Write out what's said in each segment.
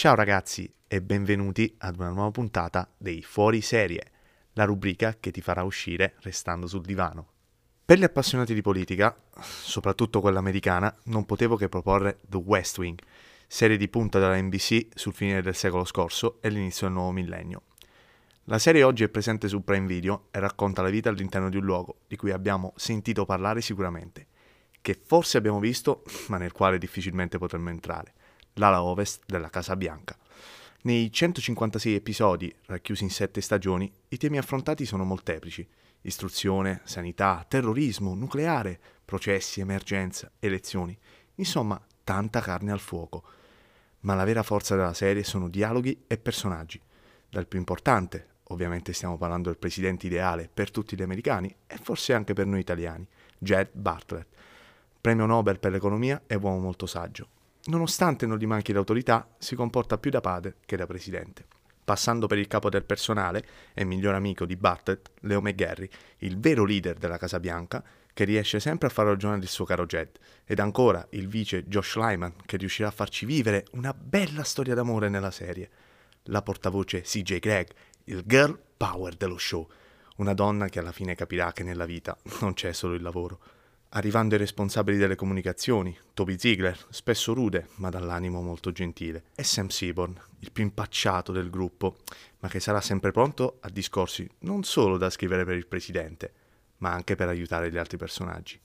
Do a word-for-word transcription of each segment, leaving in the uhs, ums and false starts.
Ciao ragazzi e benvenuti ad una nuova puntata dei Fuori Serie, la rubrica che ti farà uscire restando sul divano. Per gli appassionati di politica, soprattutto quella americana, non potevo che proporre The West Wing, serie di punta della N B C sul finire del secolo scorso e l'inizio del nuovo millennio. La serie oggi è presente su Prime Video e racconta la vita all'interno di un luogo di cui abbiamo sentito parlare sicuramente, che forse abbiamo visto ma nel quale difficilmente potremmo entrare, l'ala ovest della Casa Bianca. Nei centocinquantasei episodi, racchiusi in sette stagioni, i temi affrontati sono molteplici: istruzione, sanità, terrorismo, nucleare, processi, emergenza, elezioni. Insomma, tanta carne al fuoco. Ma la vera forza della serie sono dialoghi e personaggi. Dal più importante, ovviamente stiamo parlando del presidente ideale per tutti gli americani e forse anche per noi italiani, Jed Bartlet, premio Nobel per l'economia e uomo molto saggio. Nonostante non gli manchi l'autorità, si comporta più da padre che da presidente. Passando per il capo del personale e miglior amico di Bartlet, Leo McGarry, il vero leader della Casa Bianca, che riesce sempre a far ragionare il suo caro Jed, ed ancora il vice Josh Lyman, che riuscirà a farci vivere una bella storia d'amore nella serie. La portavoce C J Gregg, il girl power dello show, una donna che alla fine capirà che nella vita non c'è solo il lavoro. Arrivando ai responsabili delle comunicazioni, Toby Ziegler, spesso rude ma dall'animo molto gentile, e Sam Seaborn, il più impacciato del gruppo, ma che sarà sempre pronto a discorsi non solo da scrivere per il presidente, ma anche per aiutare gli altri personaggi.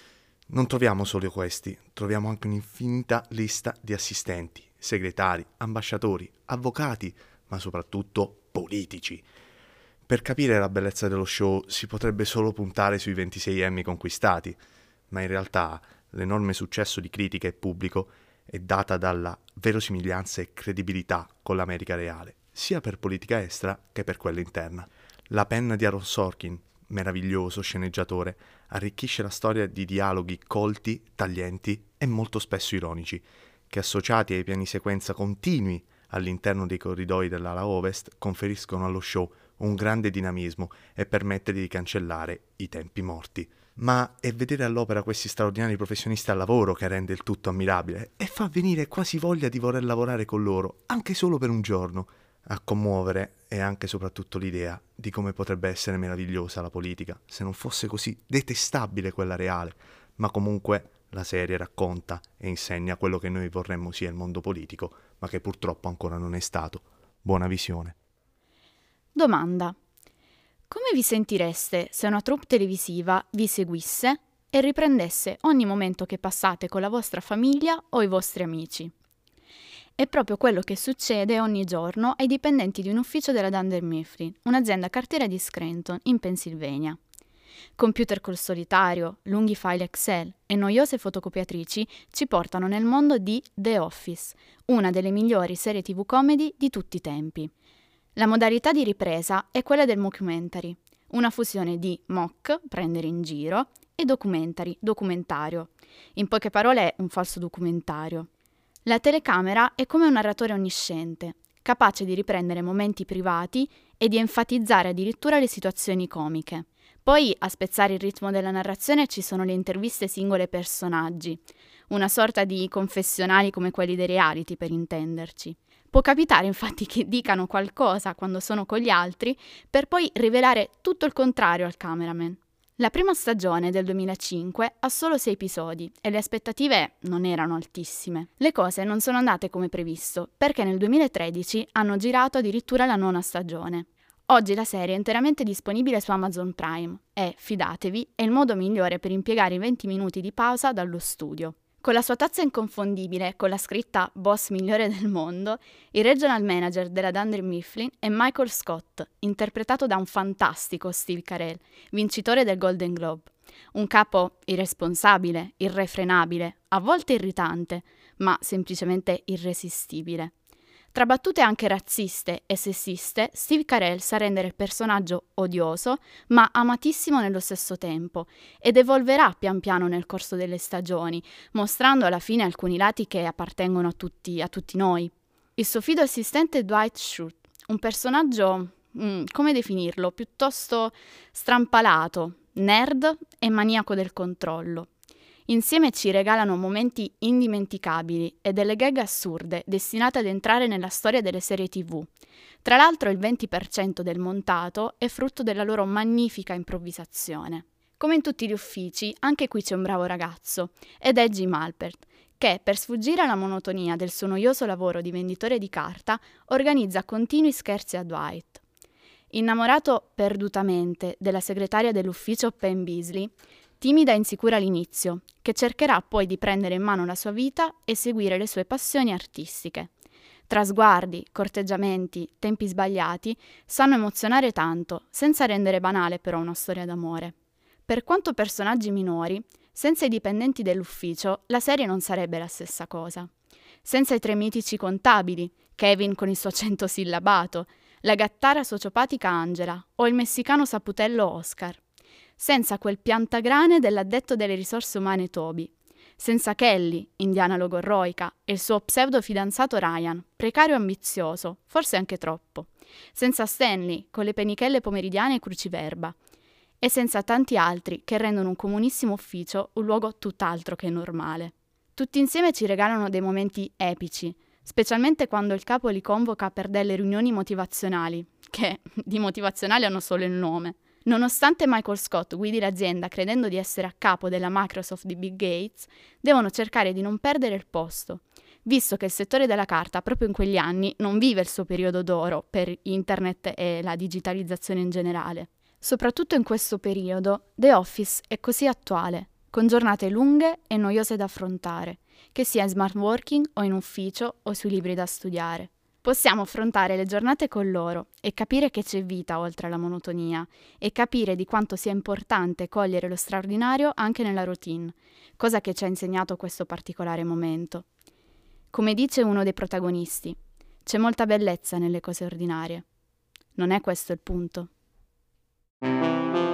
Non troviamo solo questi, troviamo anche un'infinita lista di assistenti, segretari, ambasciatori, avvocati, ma soprattutto politici. Per capire la bellezza dello show si potrebbe solo puntare sui ventisei Emmy conquistati, ma in realtà l'enorme successo di critica e pubblico è data dalla verosimiglianza e credibilità con l'America reale, sia per politica estera che per quella interna. La penna di Aaron Sorkin, meraviglioso sceneggiatore, arricchisce la storia di dialoghi colti, taglienti e molto spesso ironici, che associati ai piani sequenza continui all'interno dei corridoi dell'ala ovest conferiscono allo show un grande dinamismo e permette di cancellare i tempi morti. Ma è vedere all'opera questi straordinari professionisti al lavoro che rende il tutto ammirabile e fa venire quasi voglia di voler lavorare con loro, anche solo per un giorno. A commuovere è anche e soprattutto l'idea di come potrebbe essere meravigliosa la politica se non fosse così detestabile quella reale, ma comunque la serie racconta e insegna quello che noi vorremmo sia il mondo politico, ma che purtroppo ancora non è stato. Buona visione. Domanda: come vi sentireste se una troupe televisiva vi seguisse e riprendesse ogni momento che passate con la vostra famiglia o i vostri amici? È proprio quello che succede ogni giorno ai dipendenti di un ufficio della Dunder Mifflin, un'azienda cartiera di Scranton, in Pennsylvania. Computer col solitario, lunghi file Excel e noiose fotocopiatrici ci portano nel mondo di The Office, una delle migliori serie tivù comedy di tutti i tempi. La modalità di ripresa è quella del mockumentary, una fusione di mock, prendere in giro, e documentary, documentario. In poche parole è un falso documentario. La telecamera è come un narratore onnisciente, capace di riprendere momenti privati e di enfatizzare addirittura le situazioni comiche. Poi, a spezzare il ritmo della narrazione, ci sono le interviste singole personaggi, una sorta di confessionali come quelli dei reality, per intenderci. Può capitare infatti che dicano qualcosa quando sono con gli altri, per poi rivelare tutto il contrario al cameraman. La prima stagione del duemilacinque ha solo sei episodi e le aspettative non erano altissime. Le cose non sono andate come previsto, perché nel duemilatredici hanno girato addirittura la nona stagione. Oggi la serie è interamente disponibile su Amazon Prime e, fidatevi, è il modo migliore per impiegare i venti minuti di pausa dallo studio. Con la sua tazza inconfondibile, con la scritta Boss migliore del mondo, il regional manager della Dunder Mifflin è Michael Scott, interpretato da un fantastico Steve Carell, vincitore del Golden Globe. Un capo irresponsabile, irrefrenabile, a volte irritante, ma semplicemente irresistibile. Tra battute anche razziste e sessiste, Steve Carell sa rendere il personaggio odioso, ma amatissimo nello stesso tempo, ed evolverà pian piano nel corso delle stagioni, mostrando alla fine alcuni lati che appartengono a tutti, a tutti noi. Il suo fido assistente è Dwight Schrute, un personaggio, mm, come definirlo, piuttosto strampalato, nerd e maniaco del controllo. Insieme ci regalano momenti indimenticabili e delle gag assurde destinate ad entrare nella storia delle serie tivù. Tra l'altro il venti per cento del montato è frutto della loro magnifica improvvisazione. Come in tutti gli uffici, anche qui c'è un bravo ragazzo, ed è Jim Halpert, che, per sfuggire alla monotonia del suo noioso lavoro di venditore di carta, organizza continui scherzi a Dwight. Innamorato perdutamente della segretaria dell'ufficio Pen Beasley, timida e insicura all'inizio, che cercherà poi di prendere in mano la sua vita e seguire le sue passioni artistiche. Tra sguardi, corteggiamenti, tempi sbagliati, sanno emozionare tanto, senza rendere banale però una storia d'amore. Per quanto personaggi minori, senza i dipendenti dell'ufficio, la serie non sarebbe la stessa cosa. Senza i tre mitici contabili, Kevin con il suo accento sillabato, la gattara sociopatica Angela o il messicano saputello Oscar. Senza quel piantagrane dell'addetto delle risorse umane Toby. Senza Kelly, indiana logorroica, e il suo pseudo fidanzato Ryan, precario e ambizioso, forse anche troppo. Senza Stanley, con le penichelle pomeridiane e cruciverba. E senza tanti altri che rendono un comunissimo ufficio un luogo tutt'altro che normale. Tutti insieme ci regalano dei momenti epici, specialmente quando il capo li convoca per delle riunioni motivazionali, che di motivazionali hanno solo il nome. Nonostante Michael Scott guidi l'azienda credendo di essere a capo della Microsoft di Bill Gates, devono cercare di non perdere il posto, visto che il settore della carta proprio in quegli anni non vive il suo periodo d'oro per internet e la digitalizzazione in generale. Soprattutto in questo periodo, The Office è così attuale, con giornate lunghe e noiose da affrontare, che sia in smart working o in ufficio o sui libri da studiare. Possiamo affrontare le giornate con loro e capire che c'è vita oltre alla monotonia e capire di quanto sia importante cogliere lo straordinario anche nella routine, cosa che ci ha insegnato questo particolare momento. Come dice uno dei protagonisti, c'è molta bellezza nelle cose ordinarie. Non è questo il punto.